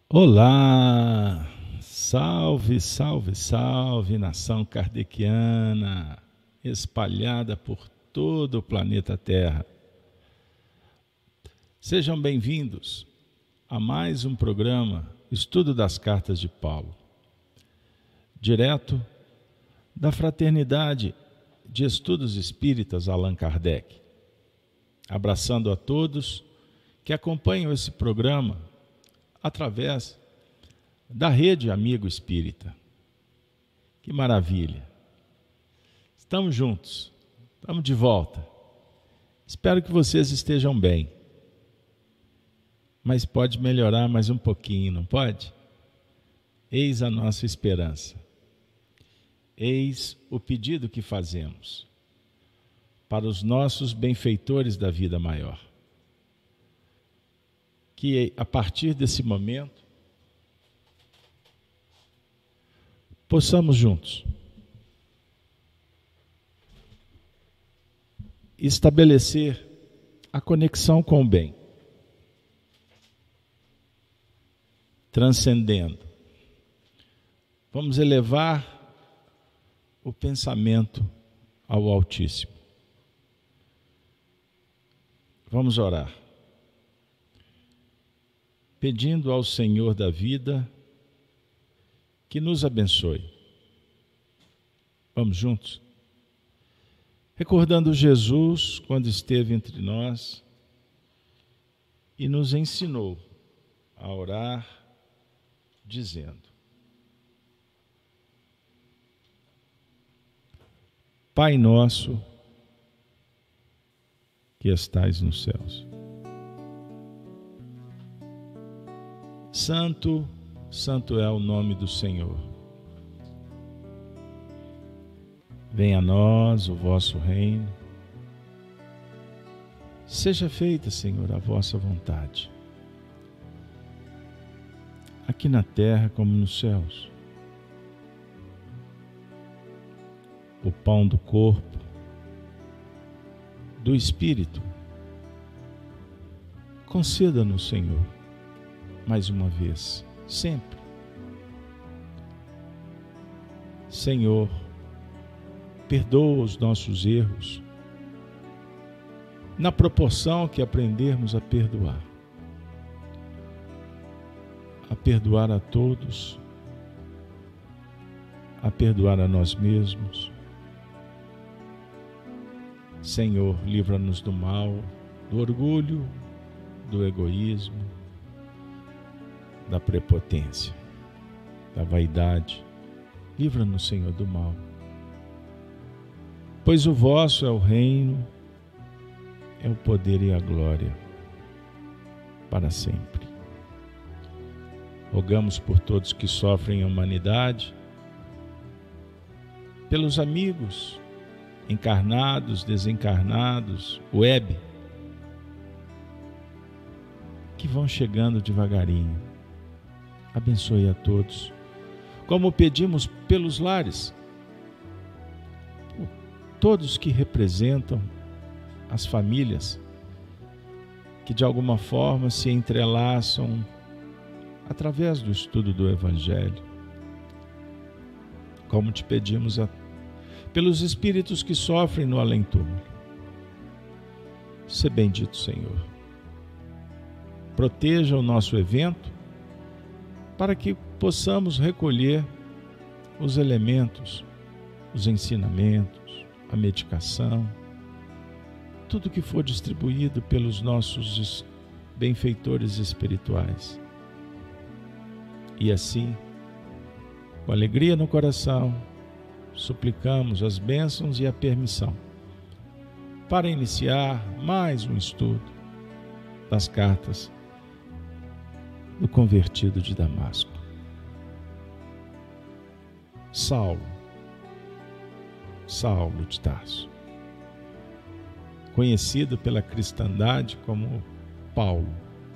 Olá! Salve, salve, salve, nação kardeciana, espalhada por todo o planeta Terra. Sejam bem-vindos a mais um programa Estudo das Cartas de Paulo, direto da Fraternidade de Estudos Espíritas Allan Kardec, abraçando a todos que acompanham esse programa através da Rede Amigo Espírita. Que maravilha! Estamos juntos, estamos de volta. Espero que vocês estejam bem. Mas pode melhorar mais um pouquinho, não pode? Eis a nossa esperança. Eis o pedido que fazemos para os nossos benfeitores da vida maior. Que a partir desse momento possamos juntos estabelecer a conexão com o bem, transcendendo. Vamos elevar o pensamento ao Altíssimo. Vamos orar, pedindo ao Senhor da vida que nos abençoe. Vamos juntos? Recordando Jesus quando esteve entre nós e nos ensinou a orar dizendo: Pai nosso que estais nos céus, Santo, santo é o nome do Senhor. Venha a nós o vosso reino. Seja feita, Senhor, a vossa vontade, aqui na terra como nos céus. O pão do corpo, do Espírito, conceda-nos, Senhor, mais uma vez, sempre. Senhor, perdoa os nossos erros, na proporção que aprendermos a perdoar a todos, a perdoar a nós mesmos. Senhor, livra-nos do mal, do orgulho, do egoísmo, da prepotência, da vaidade. Livra-nos, Senhor, do mal. Pois o vosso é o reino, é o poder e a glória, para sempre. Rogamos por todos que sofrem a humanidade, pelos amigos, encarnados, desencarnados, web, que vão chegando devagarinho. Abençoe a todos, como pedimos pelos lares, todos que representam as famílias, que de alguma forma se entrelaçam através do estudo do Evangelho, como te pedimos pelos espíritos que sofrem no além-túmulo. Sê bendito, Senhor. Proteja o nosso evento, para que possamos recolher os elementos, os ensinamentos, a medicação, tudo que for distribuído pelos nossos benfeitores espirituais. E assim, com alegria no coração, suplicamos as bênçãos e a permissão para iniciar mais um estudo das cartas do convertido de Damasco, Saulo de Tarso, conhecido pela cristandade como Paulo.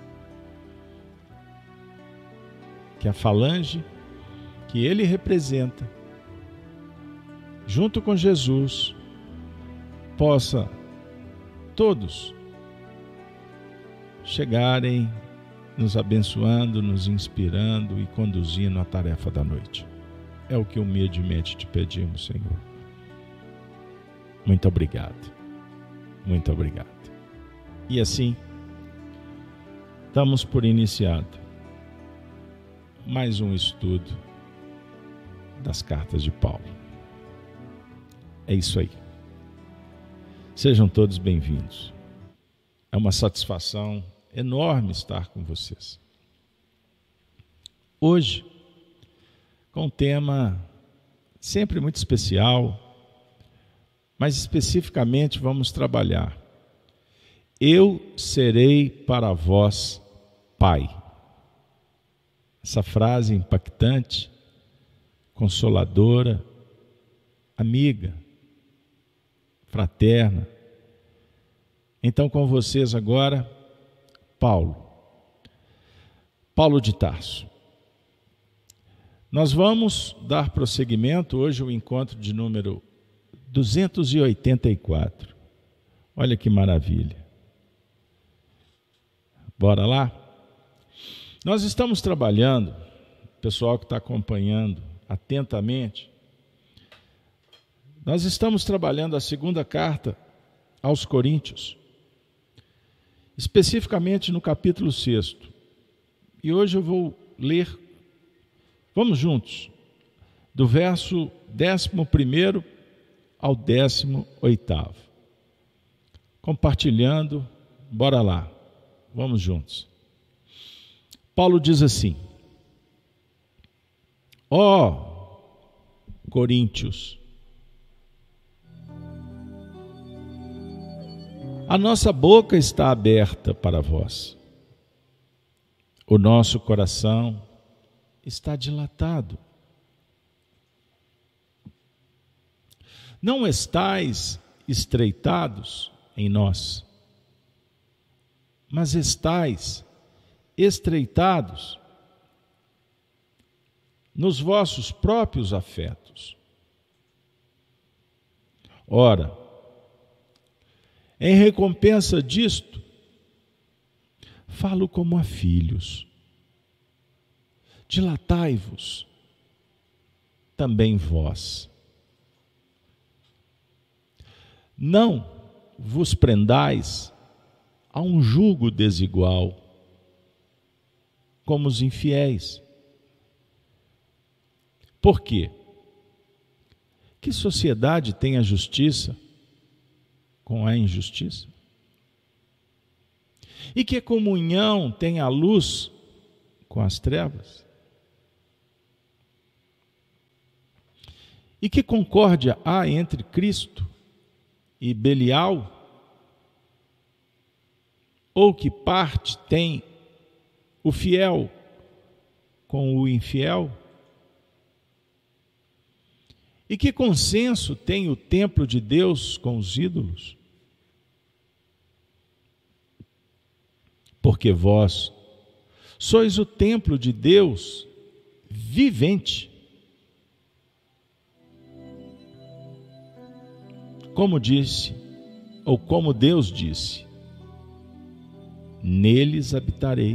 Que a falange que ele representa, junto com Jesus, possa todos chegarem nos abençoando, nos inspirando e conduzindo a tarefa da noite. É o que humildemente te pedimos, Senhor. Muito obrigado. Muito obrigado. E assim, damos por iniciado mais um estudo das cartas de Paulo. É isso aí. Sejam todos bem-vindos. É uma satisfação enorme estar com vocês. Hoje, com um tema sempre muito especial, mas especificamente vamos trabalhar: eu serei para vós pai. Essa frase impactante, consoladora, amiga, fraterna. Então, com vocês agora, Paulo de Tarso. Nós vamos dar prosseguimento hoje ao encontro de número 284. Olha que maravilha. Bora lá? Nós estamos trabalhando, pessoal que está acompanhando atentamente, nós estamos trabalhando a segunda carta aos Coríntios, especificamente no capítulo 6. E hoje eu vou ler, vamos juntos, do verso 11º ao 18º. Compartilhando, bora lá, vamos juntos. Paulo diz assim: ó Coríntios, a nossa boca está aberta para vós, o nosso coração está dilatado. Não estais estreitados em nós, mas estais estreitados nos vossos próprios afetos. Ora, em recompensa disto, falo como a filhos. Dilatai-vos também vós. Não vos prendais a um jugo desigual, como os infiéis. Por quê? Que sociedade tem a justiça com a injustiça? E que comunhão tem a luz com as trevas? E que concórdia há entre Cristo e Belial? Ou que parte tem o fiel com o infiel? E que consenso tem o templo de Deus com os ídolos? Porque vós sois o templo de Deus vivente. Como disse, ou como Deus disse: neles habitarei,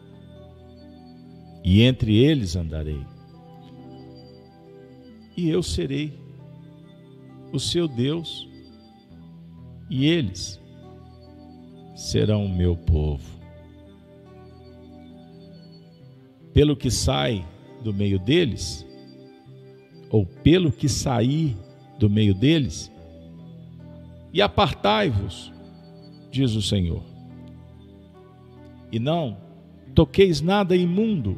e entre eles andarei, e eu serei o seu Deus, e eles serão o meu povo. Pelo que sai do meio deles, ou pelo que sair do meio deles, e apartai-vos, diz o Senhor, e não toqueis nada imundo,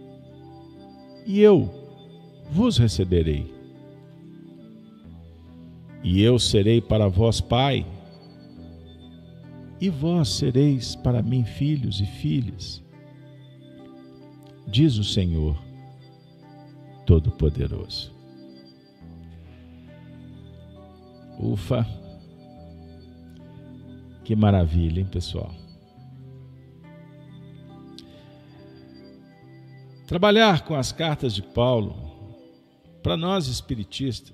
e eu vos receberei. E eu serei para vós pai, e vós sereis para mim filhos e filhas, diz o Senhor Todo-Poderoso. Ufa! Que maravilha, hein, pessoal? Trabalhar com as cartas de Paulo, para nós espiritistas,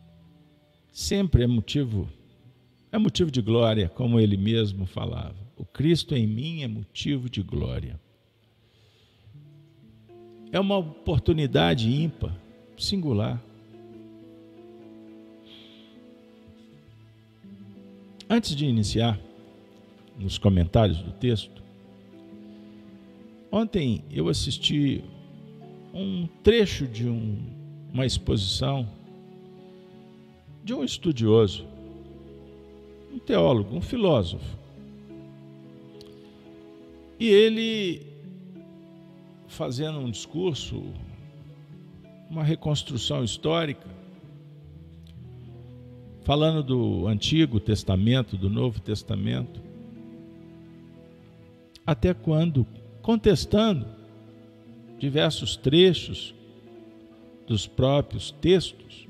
sempre é motivo de glória, como ele mesmo falava. O Cristo em mim é motivo de glória. É uma oportunidade ímpar, singular. Antes de iniciar nos comentários do texto, ontem eu assisti um trecho de uma exposição de um estudioso, um teólogo, um filósofo. E ele, fazendo um discurso, uma reconstrução histórica, falando do Antigo Testamento, do Novo Testamento, até quando, contestando diversos trechos dos próprios textos,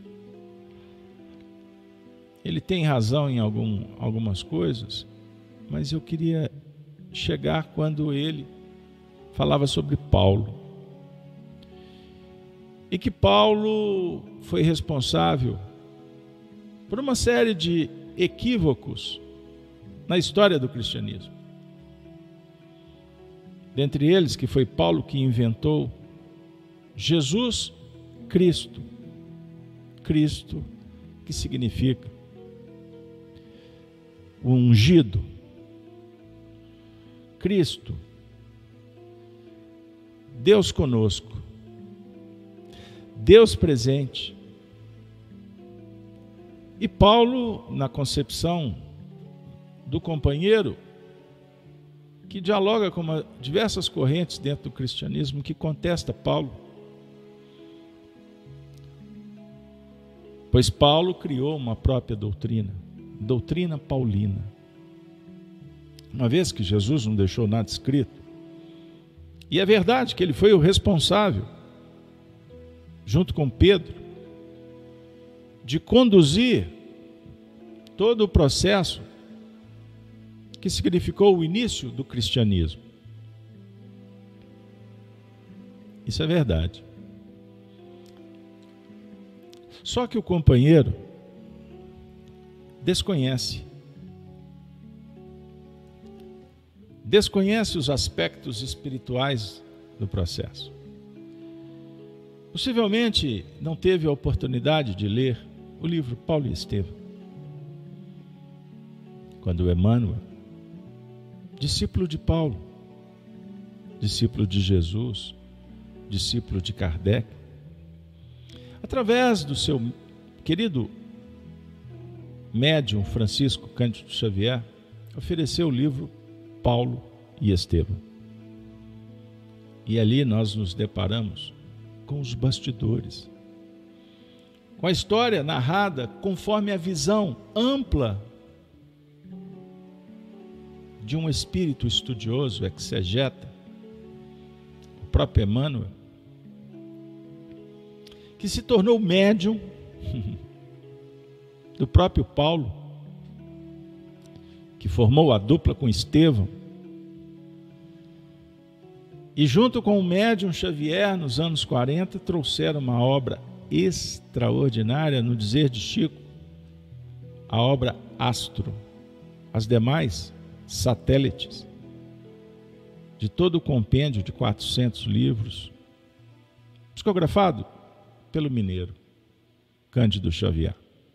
ele tem razão em algumas coisas, mas eu queria chegar quando ele falava sobre Paulo. E que Paulo foi responsável por uma série de equívocos na história do cristianismo. Dentre eles, que foi Paulo que inventou Jesus Cristo. Cristo, que significa o ungido. Cristo, Deus conosco, Deus presente. E Paulo, na concepção do companheiro, que dialoga com diversas correntes dentro do cristianismo, que contesta Paulo. Pois Paulo criou uma própria doutrina, doutrina paulina. Uma vez que Jesus não deixou nada escrito, e é verdade que ele foi o responsável, junto com Pedro, de conduzir todo o processo que significou o início do cristianismo. Isso é verdade. Só que o companheiro desconhece os aspectos espirituais do processo. Possivelmente não teve a oportunidade de ler o livro Paulo e Estevão, quando Emmanuel, discípulo de Paulo, discípulo de Jesus, discípulo de Kardec, através do seu querido médium Francisco Cândido Xavier, ofereceu o livro Paulo e Estevão. E ali nós nos deparamos com os bastidores, com a história narrada conforme a visão ampla de um espírito estudioso, exegeta, o próprio Emmanuel, que se tornou médium do próprio Paulo, que formou a dupla com Estevão, e junto com o médium Xavier, nos anos 40, trouxeram uma obra extraordinária, no dizer de Chico, a obra Astro. As demais, satélites, de todo o compêndio de 400 livros, psicografado pelo mineiro Cândido Xavier.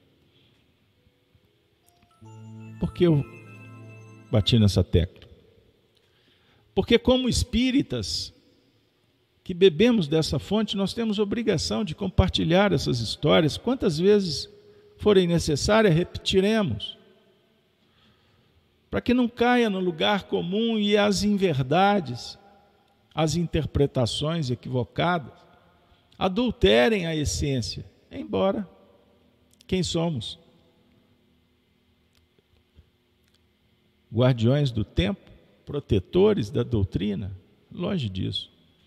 Por que eu bati nessa tecla? Porque como espíritas que bebemos dessa fonte, nós temos obrigação de compartilhar essas histórias. Quantas vezes forem necessárias, repetiremos, para que não caia no lugar comum e as inverdades, as interpretações equivocadas, adulterem a essência, embora quem somos? Guardiões do tempo, protetores da doutrina? Longe disso.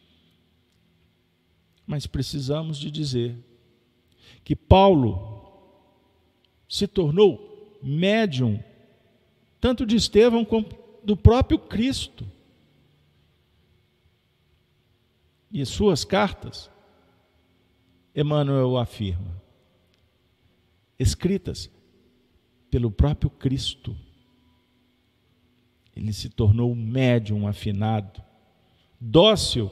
Mas precisamos de dizer que Paulo se tornou médium tanto de Estevão como do próprio Cristo. E suas cartas, Emmanuel afirma, escritas pelo próprio Cristo. Ele se tornou um médium afinado, dócil.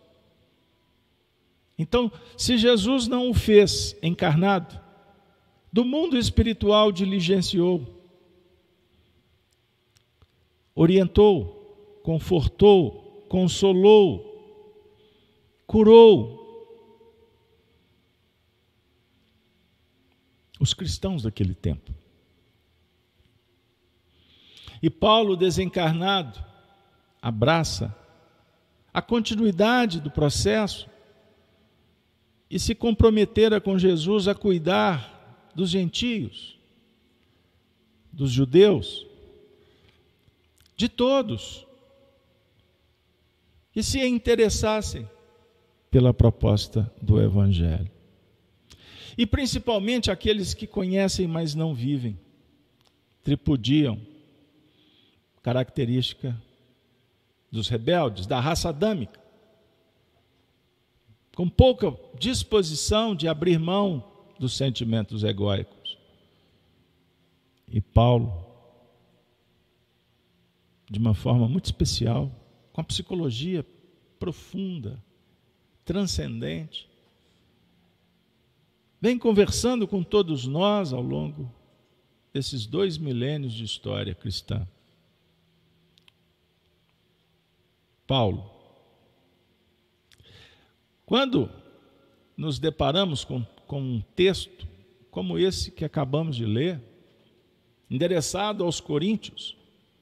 Então, se Jesus não o fez encarnado, do mundo espiritual diligenciou, orientou, confortou, consolou, curou os cristãos daquele tempo. E Paulo, desencarnado, abraça a continuidade do processo e se comprometera com Jesus a cuidar dos gentios, dos judeus, de todos, que se interessassem pela proposta do Evangelho. E principalmente aqueles que conhecem, mas não vivem, tripudiam, característica dos rebeldes, da raça adâmica, com pouca disposição de abrir mão dos sentimentos egóicos. E Paulo, de uma forma muito especial, com a psicologia profunda, transcendente, vem conversando com todos nós ao longo desses 2 milênios de história cristã. Paulo, quando nos deparamos com um texto como esse que acabamos de ler, endereçado aos Coríntios,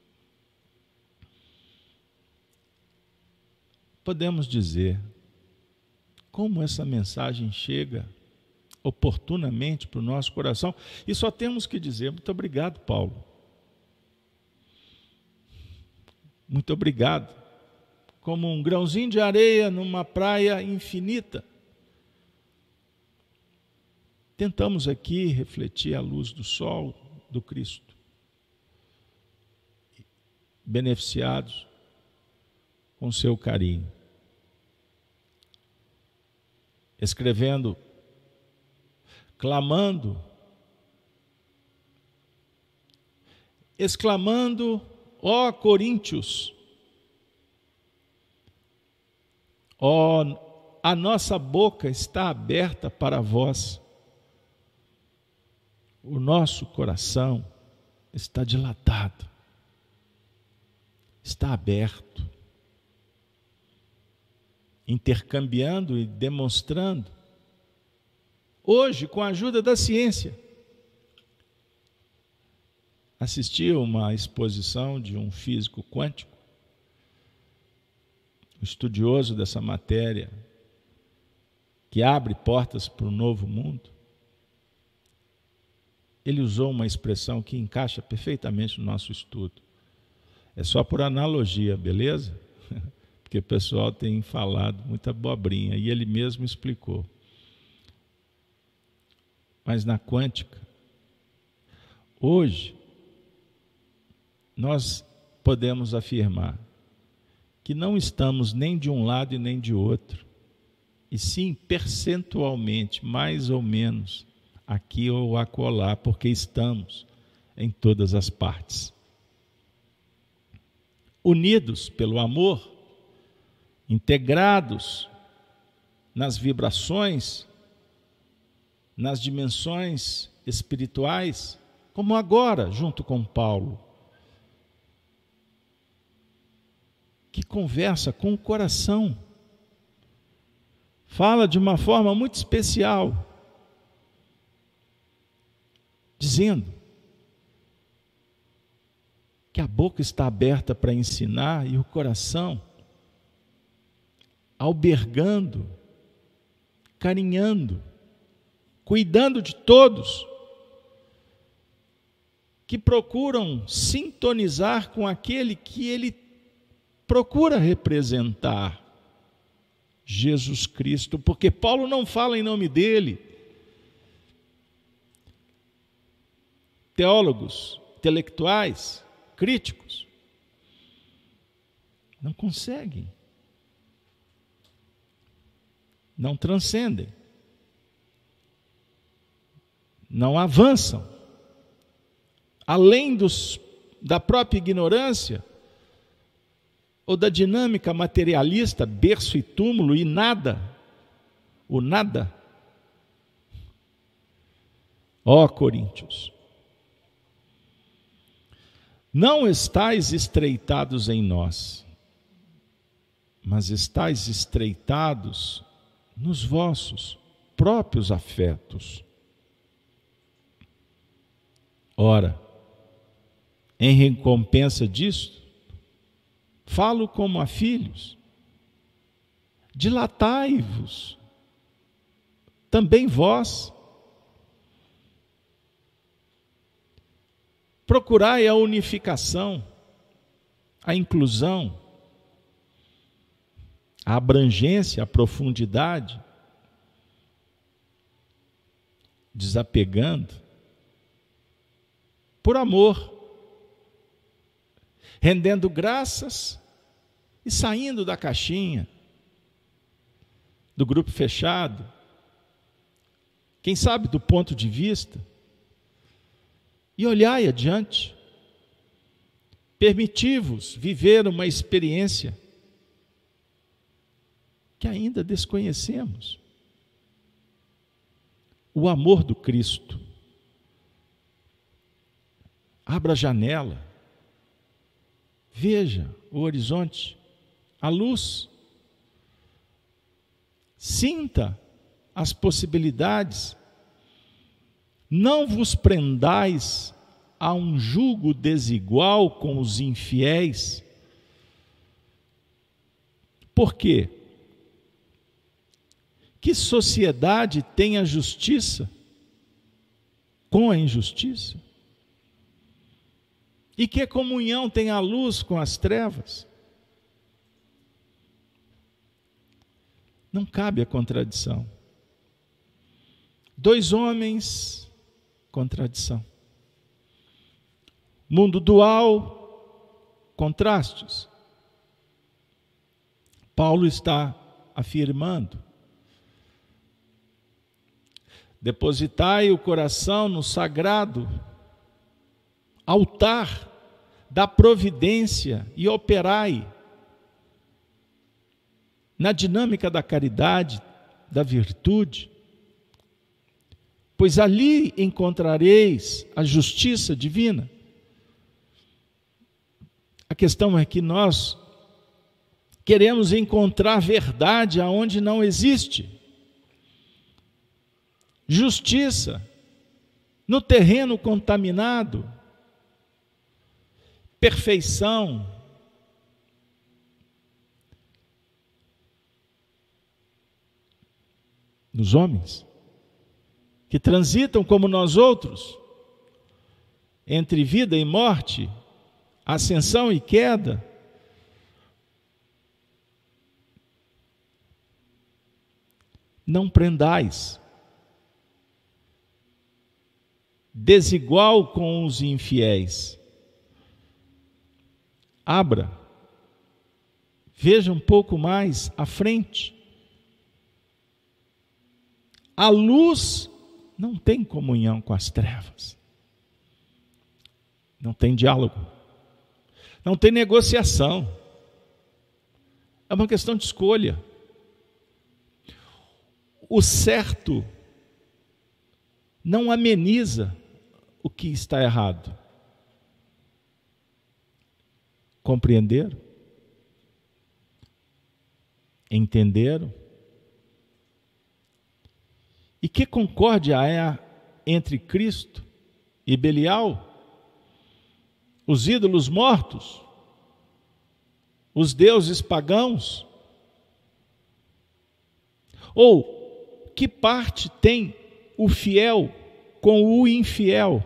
podemos dizer como essa mensagem chega oportunamente para o nosso coração, e só temos que dizer: muito obrigado, Paulo. Muito obrigado. Como um grãozinho de areia numa praia infinita. Tentamos aqui refletir a luz do sol do Cristo, beneficiados com seu carinho, escrevendo, clamando, exclamando: ó Coríntios, ó, a nossa boca está aberta para vós, o nosso coração está dilatado, está aberto, intercambiando e demonstrando, hoje, com a ajuda da ciência. Assisti a uma exposição de um físico quântico, estudioso dessa matéria, que abre portas para um novo mundo. Ele usou uma expressão que encaixa perfeitamente no nosso estudo. É só por analogia, beleza? Porque o pessoal tem falado muita abobrinha, e ele mesmo explicou. Mas na quântica, hoje, nós podemos afirmar que não estamos nem de um lado e nem de outro, e sim percentualmente, mais ou menos, aqui ou acolá, porque estamos em todas as partes. Unidos pelo amor, integrados nas vibrações, nas dimensões espirituais, como agora, junto com Paulo, que conversa com o coração, fala de uma forma muito especial, dizendo que a boca está aberta para ensinar e o coração albergando, carinhando, cuidando de todos que procuram sintonizar com aquele que ele procura representar, Jesus Cristo, porque Paulo não fala em nome dele. Teólogos, intelectuais, críticos, não conseguem, não transcendem, não avançam, além da própria ignorância, ou da dinâmica materialista, berço e túmulo e nada, o nada. Ó Coríntios, não estais estreitados em nós, mas estais estreitados nos vossos próprios afetos. Ora, em recompensa disto, falo como a filhos, dilatai-vos, também vós, procurai a unificação, a inclusão, a abrangência, a profundidade, desapegando, por amor, rendendo graças e saindo da caixinha, do grupo fechado, quem sabe do ponto de vista, e olhai adiante, permiti-vos viver uma experiência que ainda desconhecemos, o amor do Cristo. Abra a janela, veja o horizonte, a luz, sinta as possibilidades. Não vos prendais a um jugo desigual com os infiéis. Por quê? Que sociedade tem a justiça com a injustiça? E que comunhão tem a luz com as trevas? Não cabe a contradição. Dois homens, contradição. Mundo dual, contrastes. Paulo está afirmando: depositai o coração no sagrado altar da providência e operai na dinâmica da caridade, da virtude, pois ali encontrareis a justiça divina. A questão é que nós queremos encontrar verdade aonde não existe. Justiça no terreno contaminado. Perfeição nos homens que transitam como nós outros entre vida e morte, ascensão e queda. Não prendais, desigual com os infiéis. Abra, veja um pouco mais à frente. A luz não tem comunhão com as trevas, não tem diálogo, não tem negociação, é uma questão de escolha. O certo não ameniza o que está errado. Compreenderam? Entenderam? E que concórdia é entre Cristo e Belial? Os ídolos mortos? Os deuses pagãos? Ou que parte tem o fiel com o infiel?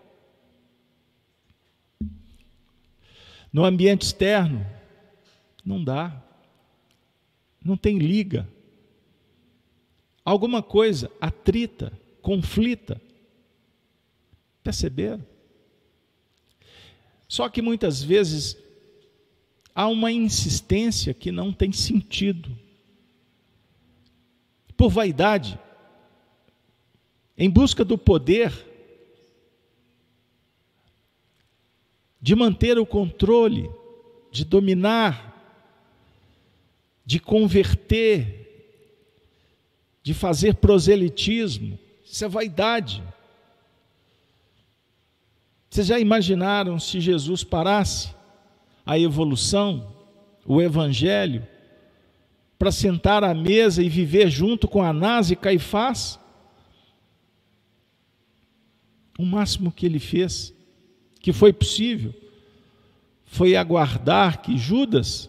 No ambiente externo, não dá, não tem liga. Alguma coisa atrita, conflita. Perceberam? Só que muitas vezes há uma insistência que não tem sentido. Por vaidade, em busca do poder, de manter o controle, de dominar, de converter, de fazer proselitismo. Isso é vaidade. Vocês já imaginaram se Jesus parasse a evolução, o Evangelho, para sentar à mesa e viver junto com Anás e Caifás? O máximo que ele fez, que foi possível, foi aguardar que Judas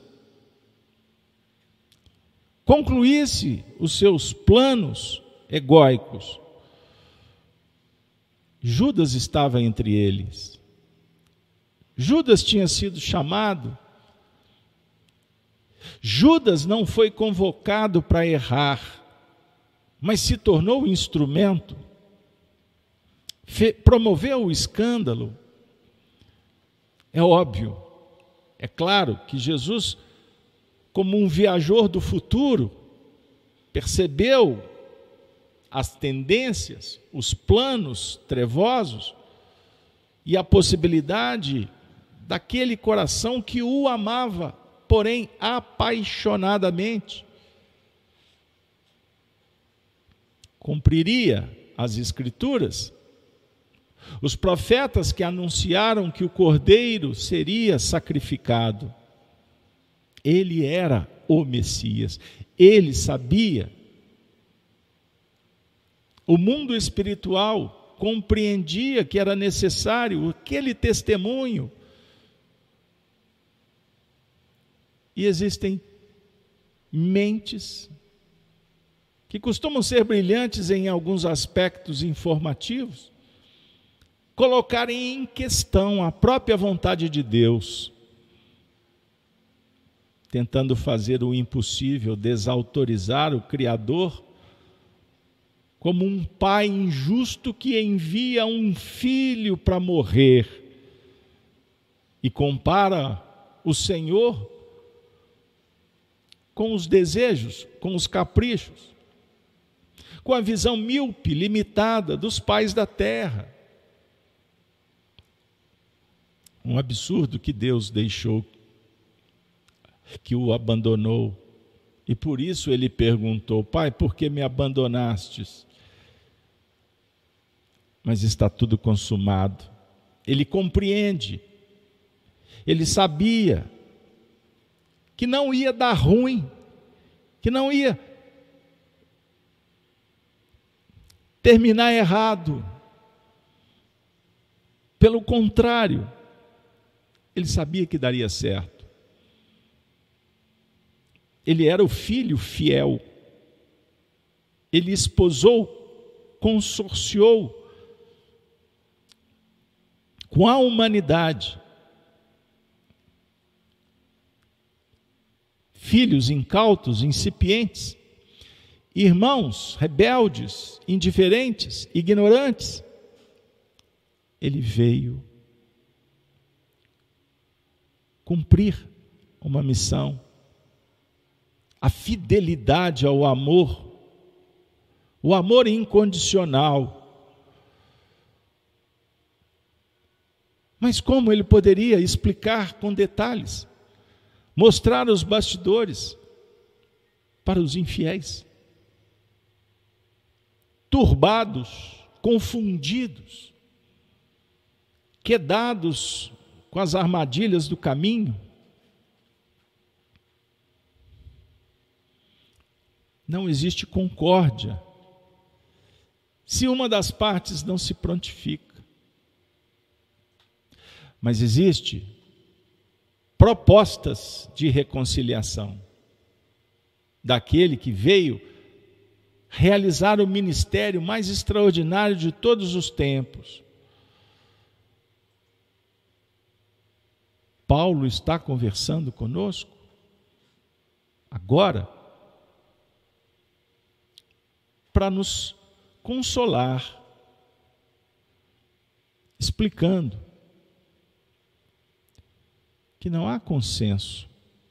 concluísse os seus planos egóicos. Judas estava entre eles. Judas tinha sido chamado. Judas não foi convocado para errar, mas se tornou instrumento. Promoveu o escândalo. É óbvio, é claro que Jesus, como um viajor do futuro, percebeu as tendências, os planos trevosos e a possibilidade daquele coração que o amava, porém apaixonadamente. Cumpriria as Escrituras. Os profetas que anunciaram que o Cordeiro seria sacrificado. Ele era o Messias. Ele sabia. O mundo espiritual compreendia que era necessário aquele testemunho. E existem mentes que costumam ser brilhantes em alguns aspectos informativos, colocarem em questão a própria vontade de Deus, tentando fazer o impossível, desautorizar o Criador, como um pai injusto que envia um filho para morrer e compara o Senhor com os desejos, com os caprichos, com a visão míope, limitada dos pais da terra. Um absurdo que Deus deixou, que o abandonou. E por isso ele perguntou: Pai, por que me abandonastes? Mas está tudo consumado. Ele compreende. Ele sabia que não ia dar ruim, que não ia terminar errado. Pelo contrário, ele sabia que daria certo. Ele era o filho fiel. Ele esposou, consorciou com a humanidade. Filhos incautos, incipientes, irmãos rebeldes, indiferentes, ignorantes. Ele veio cumprir uma missão. A fidelidade ao amor, o amor incondicional. Mas como ele poderia explicar com detalhes, mostrar os bastidores para os infiéis, turbados, confundidos, quedados com as armadilhas do caminho? Não existe concórdia se uma das partes não se prontifica. Mas existe propostas de reconciliação daquele que veio realizar o ministério mais extraordinário de todos os tempos. Paulo está conversando conosco agora para nos consolar, explicando que não há consenso,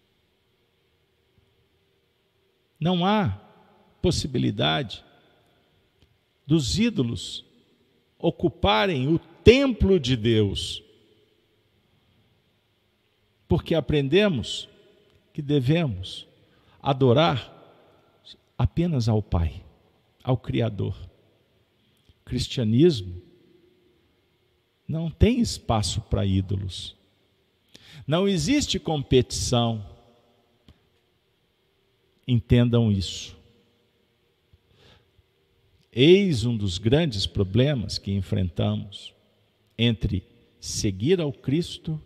não há possibilidade dos ídolos ocuparem o templo de Deus, porque aprendemos que devemos adorar apenas ao Pai, ao Criador. O cristianismo não tem espaço para ídolos. Não existe competição. Entendam isso. Eis um dos grandes problemas que enfrentamos entre seguir ao Cristo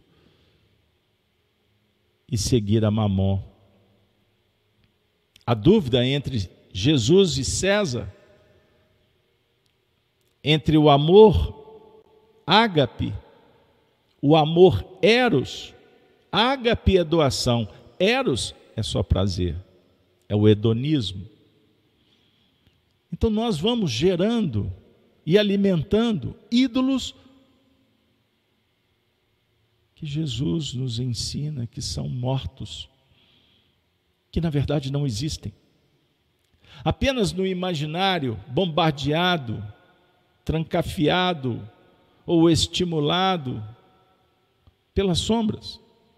e seguir a Mamon. A dúvida entre Jesus e César, entre o amor ágape, o amor eros. Ágape é doação, eros é só prazer, é o hedonismo. Então nós vamos gerando e alimentando ídolos que Jesus nos ensina que são mortos, que na verdade não existem. Apenas no imaginário, bombardeado, trancafiado ou estimulado pelas sombras.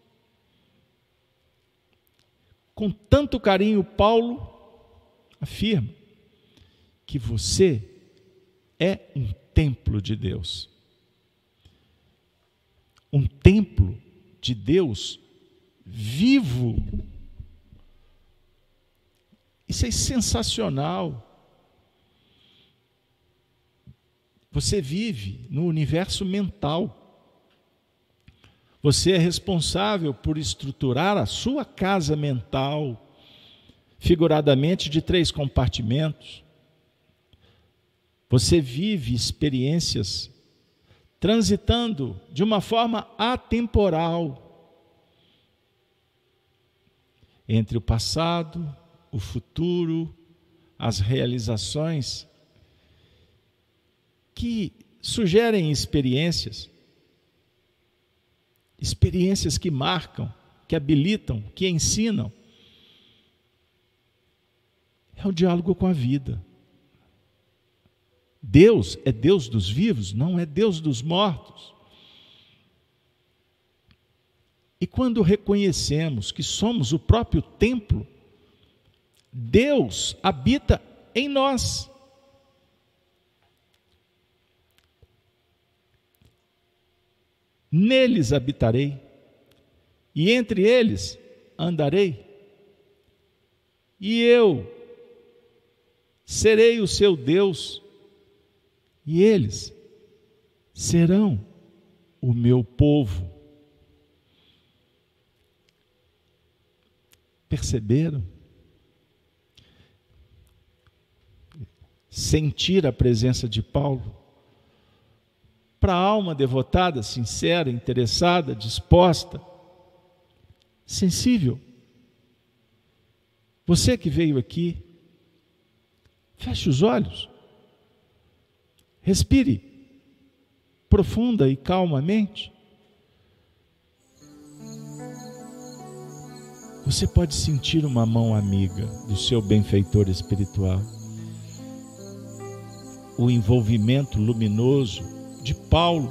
Com tanto carinho, Paulo afirma que você é um templo de Deus. Um templo de Deus vivo. Isso é sensacional. Você vive no universo mental. Você é responsável por estruturar a sua casa mental, figuradamente de 3 compartimentos. Você vive experiências transitando de uma forma atemporal entre o passado, o futuro, as realizações que sugerem experiências que marcam, que habilitam, que ensinam. É o diálogo com a vida. Deus é Deus dos vivos, não é Deus dos mortos. E quando reconhecemos que somos o próprio templo, Deus habita em nós. Neles habitarei, e entre eles andarei, e eu serei o seu Deus, e eles serão o meu povo. Perceberam? Sentir a presença de Paulo. Para a alma devotada, sincera, interessada, disposta, sensível. Você que veio aqui, feche os olhos, respire profunda e calmamente. Você pode sentir uma mão amiga do seu benfeitor espiritual. O envolvimento luminoso de Paulo,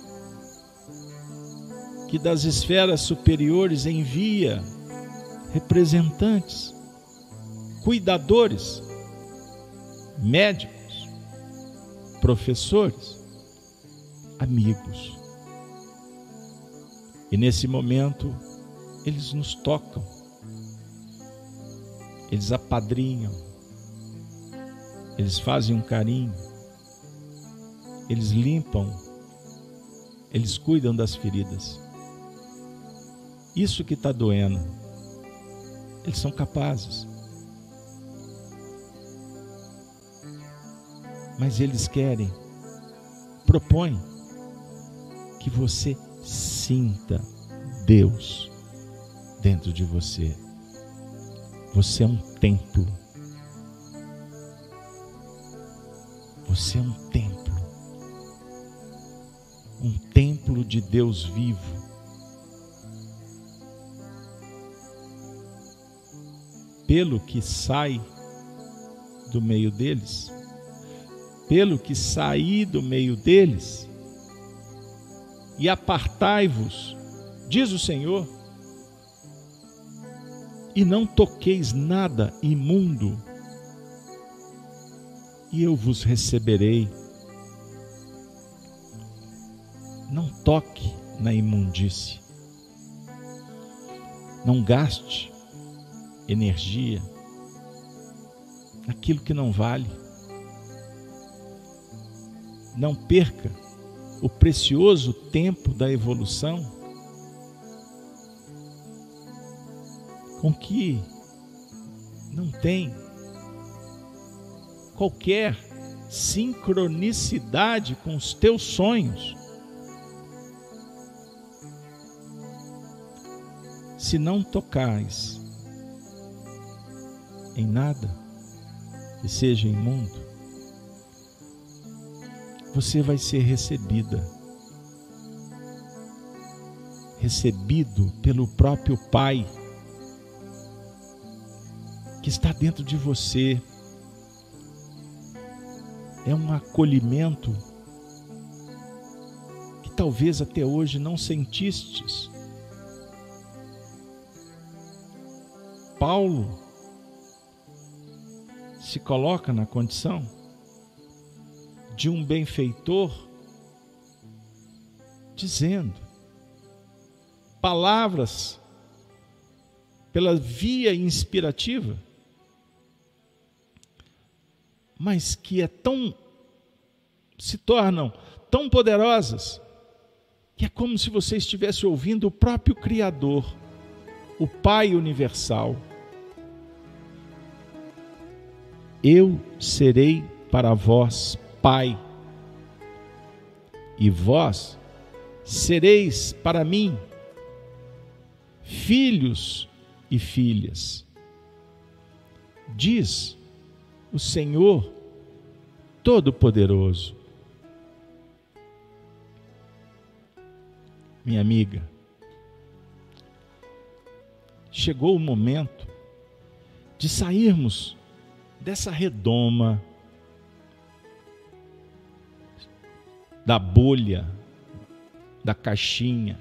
que das esferas superiores envia representantes, cuidadores, médicos, professores, amigos. E nesse momento, eles nos tocam, eles apadrinham, eles fazem um carinho, eles limpam, eles cuidam das feridas. Isso que está doendo, eles são capazes. Mas eles querem, propõem que você sinta Deus dentro de você. Você é um templo. Você é um templo. Um templo de Deus vivo. Pelo que sai do meio deles, pelo que saí do meio deles, e apartai-vos, diz o Senhor, e não toqueis nada imundo, e eu vos receberei. Não toque na imundície. Não gaste energia naquilo que não vale. Não perca o precioso tempo da evolução com que não tem qualquer sincronicidade com os teus sonhos. Se não tocais em nada que seja imundo, você vai ser recebido pelo próprio Pai que está dentro de você. É um acolhimento que talvez até hoje não sentistes. Paulo se coloca na condição de um benfeitor, dizendo palavras pela via inspirativa, mas que se tornam tão poderosas, que é como se você estivesse ouvindo o próprio Criador, o Pai Universal. Eu serei para vós Pai, e vós sereis para mim filhos e filhas, diz o Senhor Todo-Poderoso. Minha amiga, chegou o momento de sairmos dessa redoma, da bolha, da caixinha,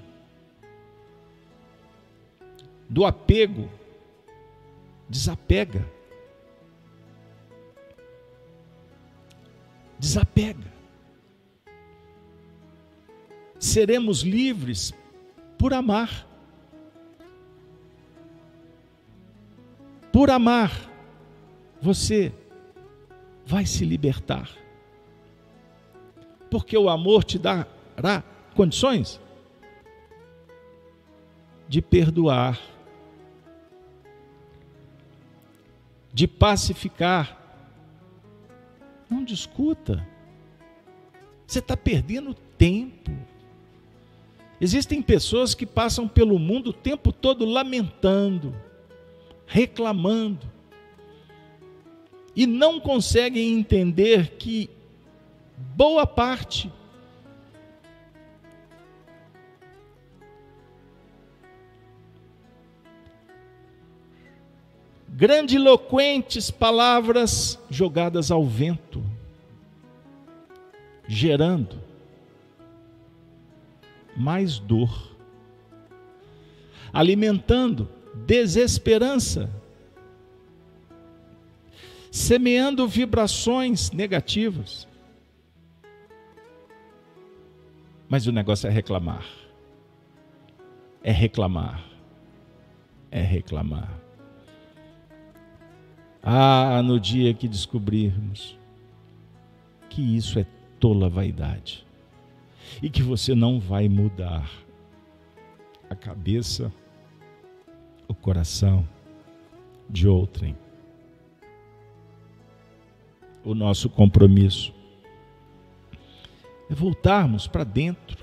do apego. Desapega. Seremos livres por amar. Por amar, você vai se libertar. Porque o amor te dará condições de perdoar, de pacificar. Não discuta. Você está perdendo tempo. Existem pessoas que passam pelo mundo o tempo todo lamentando, reclamando, e não conseguem entender que boa parte grandiloquentes palavras jogadas ao vento, gerando mais dor, alimentando desesperança, semeando vibrações negativas. Mas o negócio é reclamar. É reclamar. É reclamar. Ah, no dia que descobrirmos que isso é tola vaidade e que você não vai mudar a cabeça, o coração de outrem. O nosso compromisso é voltarmos para dentro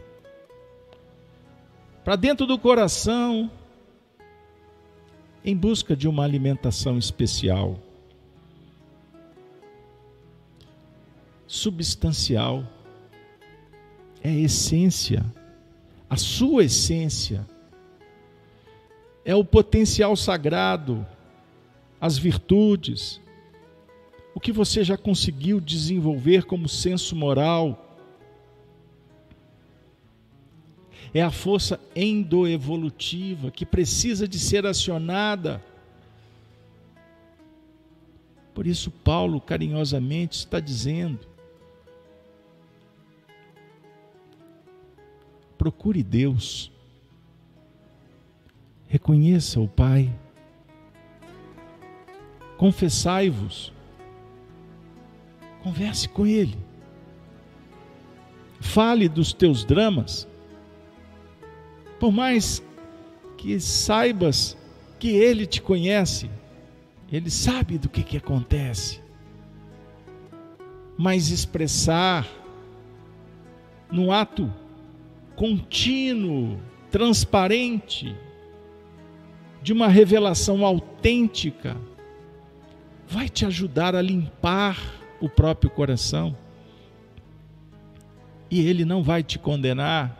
do coração, em busca de uma alimentação especial, substancial. É a essência, a sua essência, é o potencial sagrado, as virtudes, o que você já conseguiu desenvolver como senso moral. É a força endoevolutiva que precisa de ser acionada Por isso Paulo carinhosamente está dizendo: procure Deus, reconheça o Pai, confessai-vos, converse com Ele, fale dos teus dramas, por mais que saibas que Ele te conhece, Ele sabe do que acontece, mas expressar num ato contínuo, transparente, de uma revelação autêntica, vai te ajudar a limpar o próprio coração. E Ele não vai te condenar,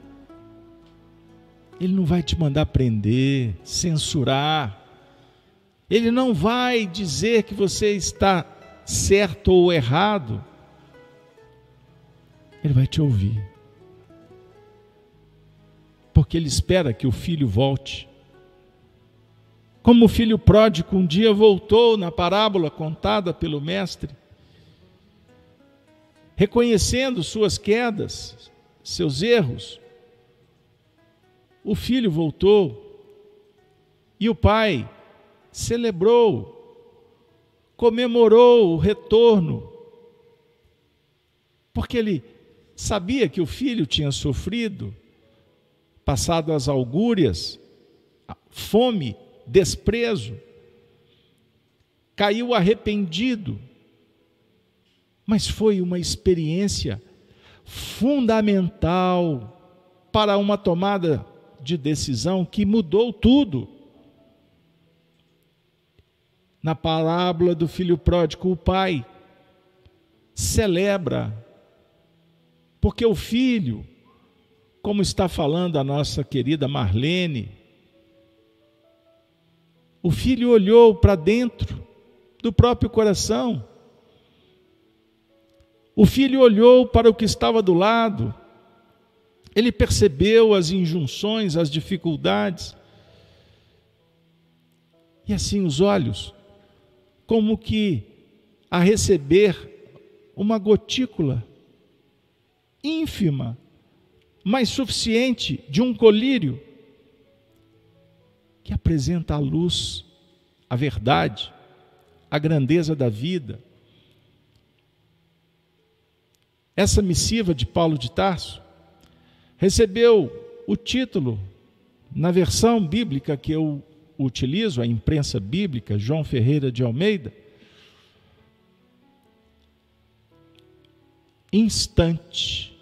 Ele não vai te mandar prender, censurar, Ele não vai dizer que você está certo ou errado, Ele vai te ouvir, porque Ele espera que o filho volte. Como o filho pródigo um dia voltou na parábola contada pelo mestre, reconhecendo suas quedas, seus erros, o filho voltou e o pai celebrou, comemorou o retorno, porque ele sabia que o filho tinha sofrido, passado as algúrias, fome, desprezo, caiu arrependido, mas foi uma experiência fundamental para uma tomada de decisão que mudou tudo. Na parábola do filho pródigo, o pai celebra, porque o filho, como está falando a nossa querida Marlene, o filho olhou para dentro do próprio coração, o filho olhou para o que estava do lado, ele percebeu as injunções, as dificuldades, e assim os olhos, como que a receber uma gotícula ínfima, mas suficiente, de um colírio, que apresenta a luz, a verdade, a grandeza da vida. Essa missiva de Paulo de Tarso recebeu o título, na versão bíblica que eu utilizo, a imprensa bíblica, João Ferreira de Almeida, instante,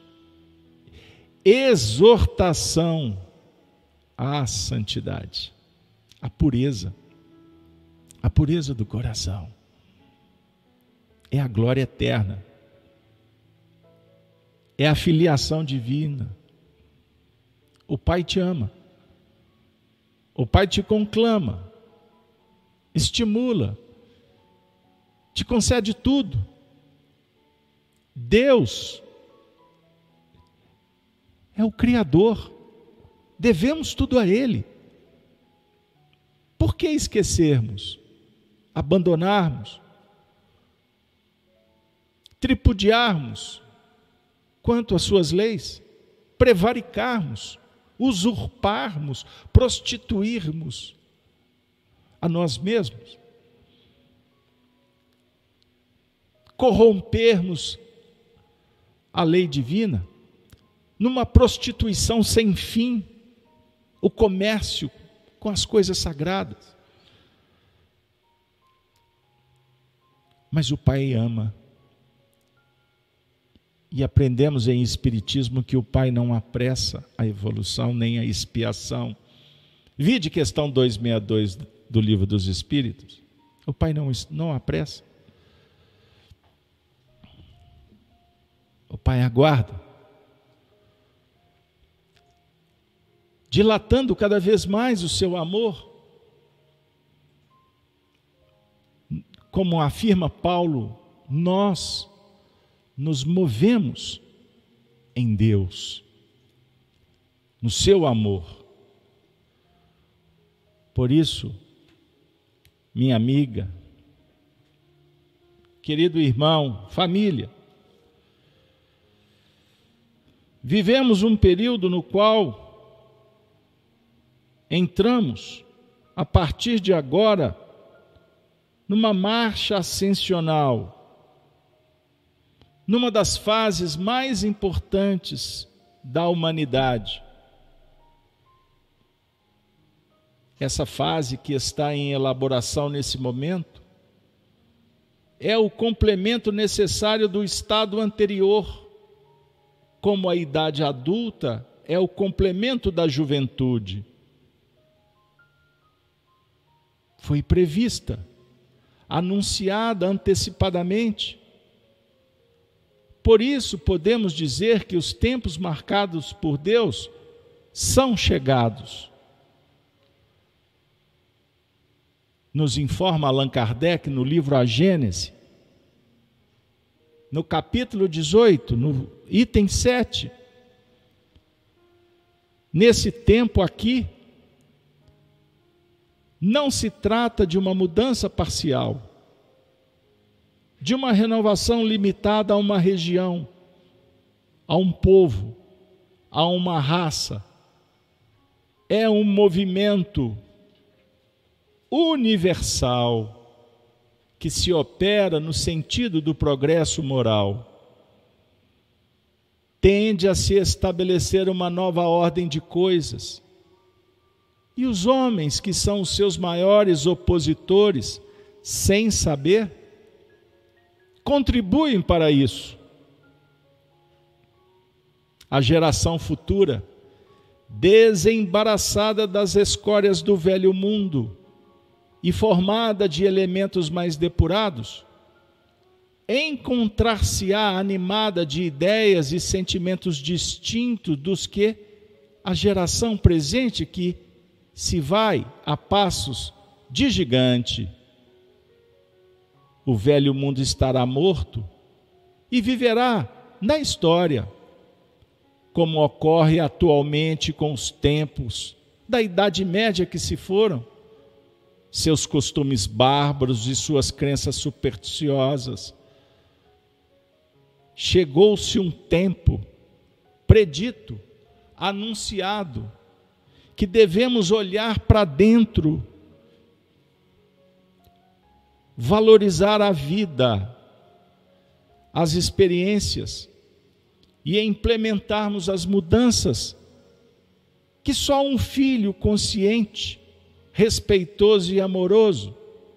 exortação à santidade, à pureza do coração. É a glória eterna, é a filiação divina. O Pai te ama, o Pai te conclama, estimula, te concede tudo. Deus é o Criador, devemos tudo a Ele. Por que esquecermos, abandonarmos, tripudiarmos quanto às suas leis, prevaricarmos, usurparmos, prostituirmos a nós mesmos, corrompermos a lei divina, numa prostituição sem fim, o comércio com as coisas sagradas. Mas o Pai ama, e aprendemos em Espiritismo que o Pai não apressa a evolução nem a expiação. Vide questão 262 do Livro dos Espíritos. O Pai não apressa. O Pai aguarda, dilatando cada vez mais o seu amor. Como afirma Paulo, nós nos movemos em Deus, no seu amor. Por isso, minha amiga, querido irmão, família. Vivemos um período no qual entramos, a partir de agora, numa marcha ascensional, numa das fases mais importantes da humanidade. Essa fase que está em elaboração nesse momento é o complemento necessário do estado anterior, como a idade adulta é o complemento da juventude. Foi prevista, anunciada antecipadamente. Por isso podemos dizer que os tempos marcados por Deus são chegados. Nos informa Allan Kardec no livro A Gênese, no capítulo 18, no item 7. Nesse tempo aqui, não se trata de uma mudança parcial, de uma renovação limitada a uma região, a um povo, a uma raça. É um movimento universal que se opera no sentido do progresso moral. Tende a se estabelecer uma nova ordem de coisas. E os homens, que são os seus maiores opositores, sem saber, contribuem para isso. A geração futura, desembaraçada das escórias do velho mundo e formada de elementos mais depurados, encontrar-se-á animada de ideias e sentimentos distintos dos que a geração presente, que se vai a passos de gigante. O velho mundo estará morto e viverá na história, como ocorre atualmente com os tempos da Idade Média que se foram, seus costumes bárbaros e suas crenças supersticiosas. Chegou-se um tempo predito, anunciado, que devemos olhar para dentro, valorizar a vida, as experiências e implementarmos as mudanças que só um filho consciente, respeitoso e amoroso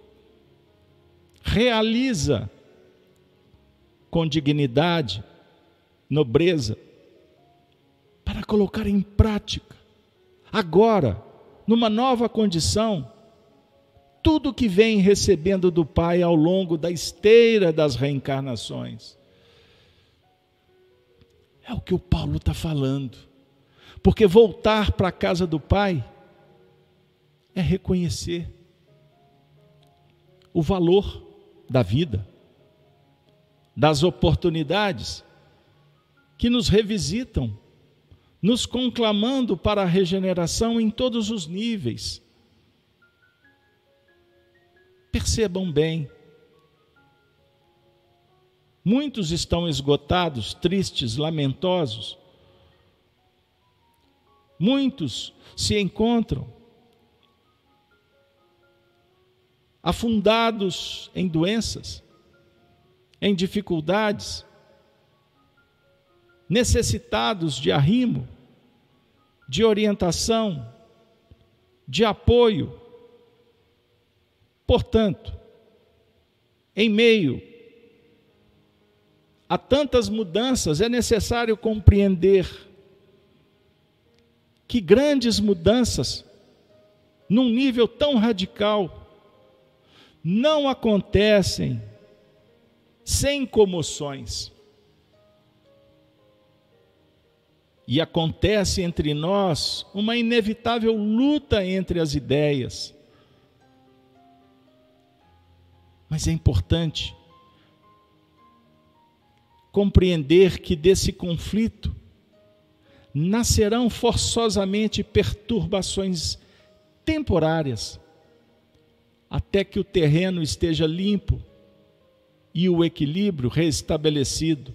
realiza com dignidade, nobreza, para colocar em prática, agora, numa nova condição, tudo que vem recebendo do Pai ao longo da esteira das reencarnações. É o que o Paulo está falando. Porque voltar para a casa do Pai é reconhecer o valor da vida, das oportunidades que nos revisitam, nos conclamando para a regeneração em todos os níveis. Percebam bem, muitos estão esgotados, tristes, lamentosos. Muitos se encontram afundados em doenças, em dificuldades, necessitados de arrimo, de orientação, de apoio. Portanto, em meio a tantas mudanças, é necessário compreender que grandes mudanças, num nível tão radical, não acontecem sem comoções. E acontece entre nós uma inevitável luta entre as ideias. Mas é importante compreender que desse conflito nascerão forçosamente perturbações temporárias, até que o terreno esteja limpo e o equilíbrio restabelecido.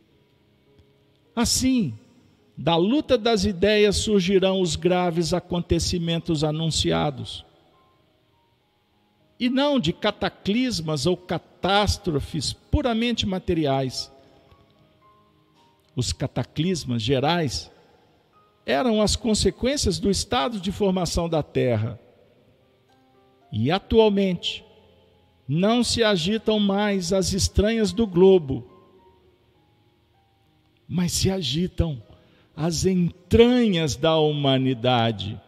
Assim, da luta das ideias surgirão os graves acontecimentos anunciados, e não de cataclismas ou catástrofes puramente materiais. Os cataclismas gerais eram as consequências do estado de formação da Terra. E atualmente não se agitam mais as estranhas do globo, mas se agitam as entranhas da humanidade,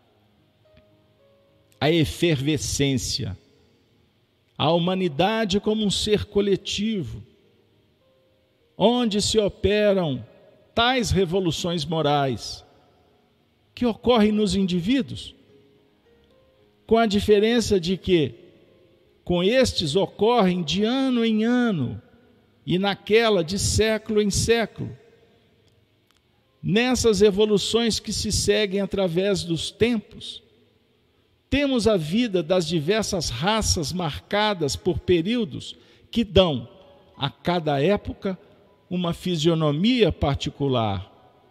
a efervescência, a humanidade como um ser coletivo, onde se operam tais revoluções morais que ocorrem nos indivíduos, com a diferença de que com estes ocorrem de ano em ano e naquela de século em século. Nessas evoluções que se seguem através dos tempos, temos a vida das diversas raças marcadas por períodos que dão a cada época uma fisionomia particular.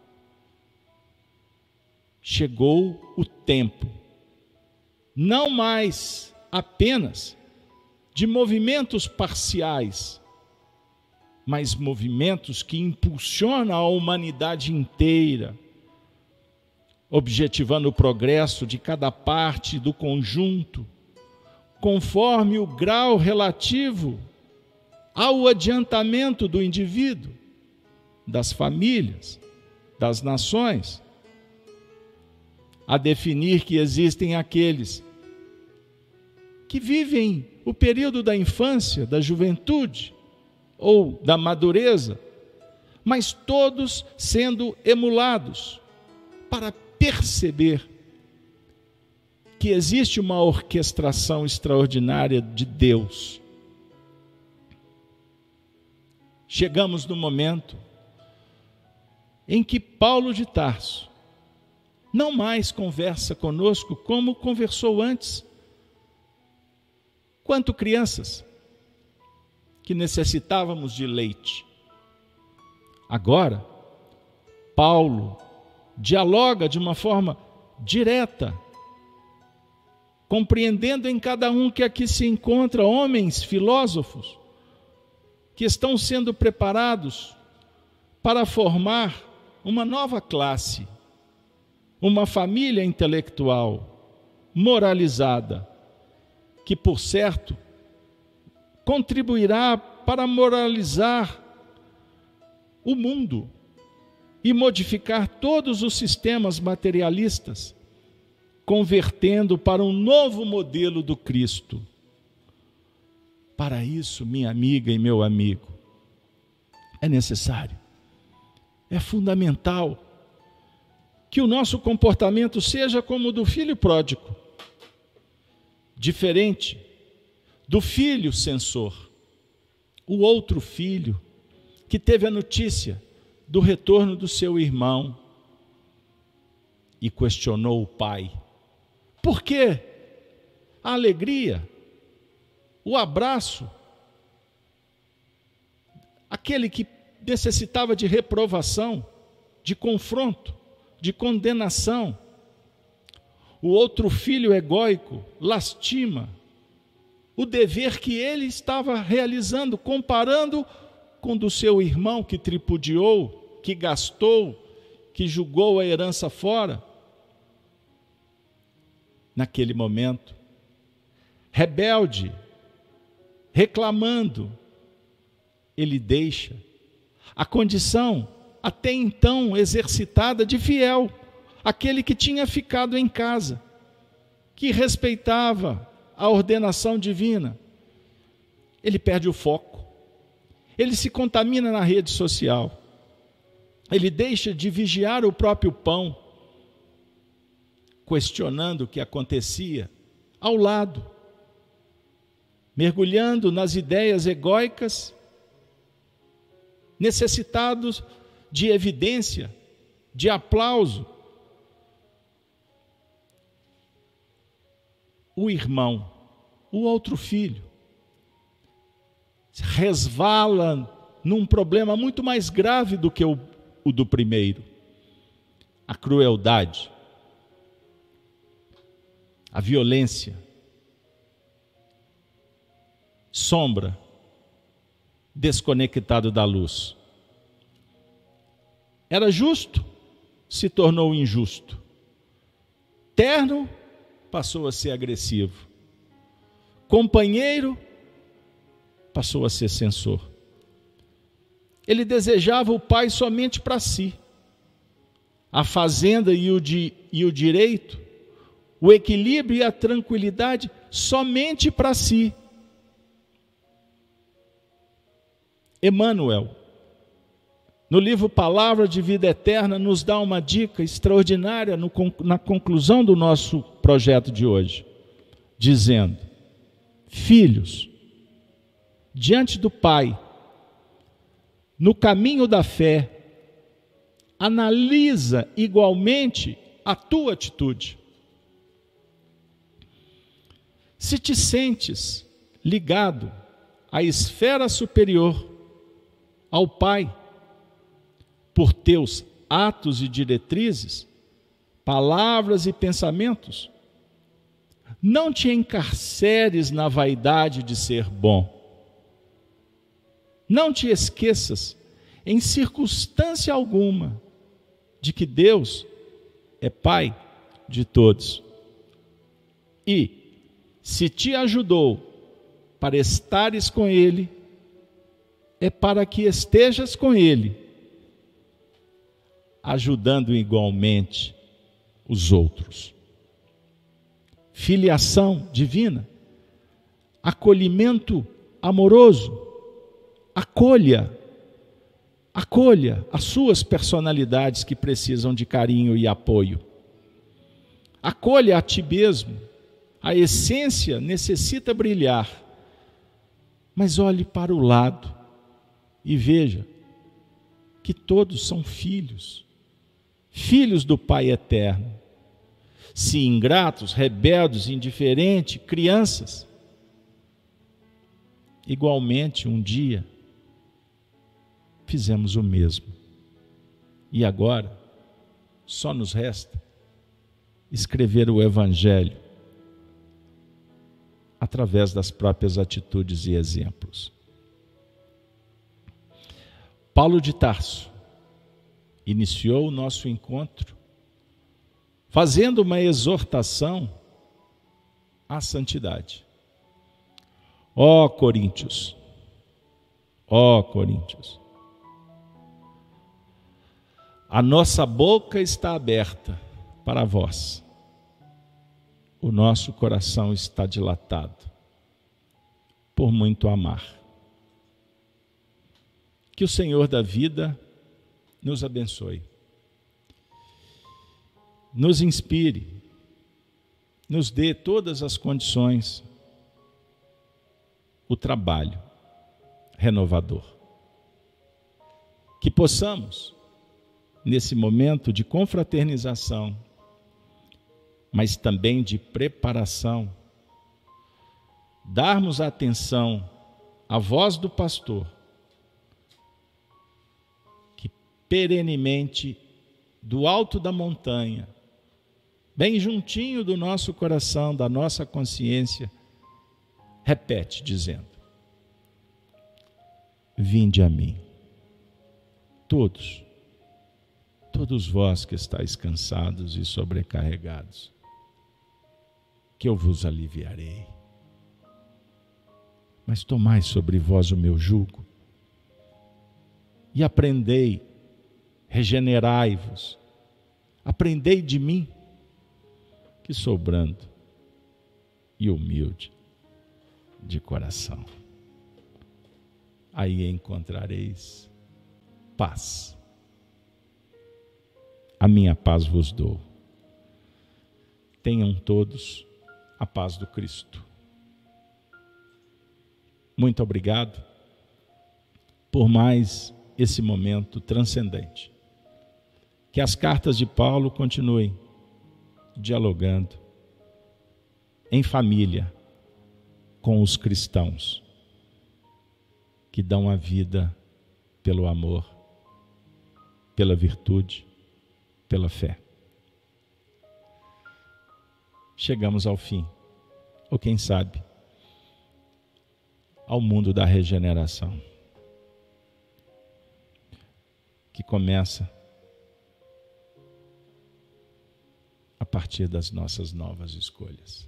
Chegou o tempo, não mais apenas de movimentos parciais, mas movimentos que impulsionam a humanidade inteira, objetivando o progresso de cada parte do conjunto, conforme o grau relativo ao adiantamento do indivíduo, das famílias, das nações, a definir que existem aqueles que vivem o período da infância, da juventude ou da madureza, mas todos sendo emulados para perceber que existe uma orquestração extraordinária de Deus. Chegamos no momento em que Paulo de Tarso não mais conversa conosco como conversou antes, quanto crianças que necessitávamos de leite. Agora, Paulo dialoga de uma forma direta, compreendendo em cada um que aqui se encontra homens filósofos que estão sendo preparados para formar uma nova classe, uma família intelectual, moralizada, que, por certo, contribuirá para moralizar o mundo e modificar todos os sistemas materialistas, convertendo para um novo modelo do Cristo. Para isso, minha amiga e meu amigo, é necessário, é fundamental que o nosso comportamento seja como o do filho pródigo, diferente do filho censor, o outro filho que teve a notícia do retorno do seu irmão e questionou o pai. Por quê? A alegria, o abraço, aquele que necessitava de reprovação, de confronto, de condenação. O outro filho egóico lastima o dever que ele estava realizando, comparando com o do seu irmão que tripudiou, que gastou, que jogou a herança fora. Naquele momento, rebelde, reclamando, ele deixa a condição até então exercitada de fiel, aquele que tinha ficado em casa, que respeitava a ordenação divina. Ele perde o foco, ele se contamina na rede social, ele deixa de vigiar o próprio pão, questionando o que acontecia ao lado, mergulhando nas ideias egóicas, necessitados de evidência, de aplauso. O irmão, o outro filho, resvala num problema muito mais grave do que o do primeiro: a crueldade, a violência, sombra, desconectado da luz. Era justo, se tornou injusto. Terno, passou a ser agressivo. Companheiro, passou a ser censor. Ele desejava o pai somente para si. A fazenda e o direito, o equilíbrio e a tranquilidade somente para si. Emmanuel, no livro Palavra de Vida Eterna, nos dá uma dica extraordinária na conclusão do nosso projeto de hoje, dizendo: filhos, diante do Pai, no caminho da fé, analisa igualmente a tua atitude. Se te sentes ligado à esfera superior, ao Pai, por teus atos e diretrizes, palavras e pensamentos, não te encarceres na vaidade de ser bom. Não te esqueças, em circunstância alguma, de que Deus é Pai de todos. E, se te ajudou para estares com Ele, é para que estejas com Ele, ajudando igualmente os outros. Filiação divina, acolhimento amoroso, acolha as suas personalidades que precisam de carinho e apoio. Acolha a ti mesmo, a essência necessita brilhar, mas olhe para o lado e veja que todos são filhos do Pai eterno. Se ingratos, rebeldes, indiferentes, crianças, igualmente um dia fizemos o mesmo. E agora só nos resta escrever o Evangelho através das próprias atitudes e exemplos. Paulo de Tarso iniciou o nosso encontro fazendo uma exortação à santidade. Ó Coríntios, a nossa boca está aberta para vós, o nosso coração está dilatado por muito amar. Que o Senhor da vida nos abençoe, nos inspire, nos dê todas as condições, o trabalho renovador. Que possamos, nesse momento de confraternização, mas também de preparação, darmos atenção à voz do pastor, que perenemente, do alto da montanha, bem juntinho do nosso coração, da nossa consciência, repete dizendo: vinde a mim, todos vós que estáis cansados e sobrecarregados, que eu vos aliviarei. Mas tomai sobre vós o meu jugo e aprendei, regenerai-vos, aprendei de mim, que sou brando e humilde de coração. Aí encontrareis paz. A minha paz vos dou. Tenham todos a paz do Cristo. Muito obrigado por mais esse momento transcendente. Que as cartas de Paulo continuem dialogando em família com os cristãos, que dão a vida pelo amor, pela virtude, pela fé. Chegamos ao fim, ou quem sabe, ao mundo da regeneração, que começa a partir das nossas novas escolhas.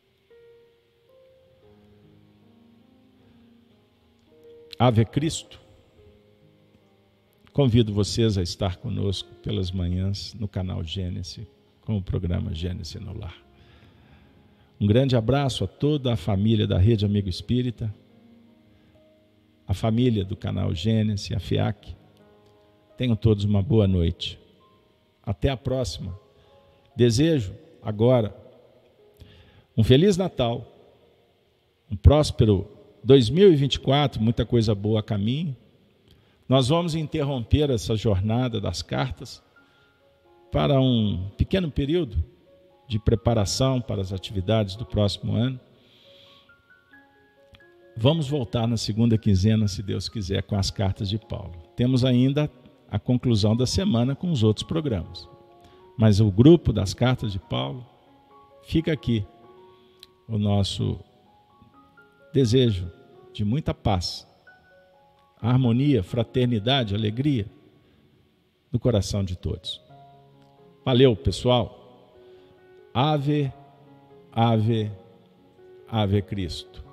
Ave Cristo. Convido vocês a estar conosco pelas manhãs no canal Gênesis, com o programa Gênesis no Lar. Um grande abraço a toda a família da Rede Amigo Espírita, a família do canal Gênesis, a FIAC. Tenham todos uma boa noite. Até a próxima. Desejo agora um Feliz Natal, um próspero 2024, muita coisa boa a caminho. Nós vamos interromper essa jornada das cartas para um pequeno período de preparação para as atividades do próximo ano. Vamos voltar na segunda quinzena, se Deus quiser, com as cartas de Paulo. Temos ainda a conclusão da semana com os outros programas. Mas o grupo das cartas de Paulo, fica aqui o nosso desejo de muita paz, harmonia, fraternidade, alegria no coração de todos. Valeu, pessoal. Ave, ave, ave Cristo.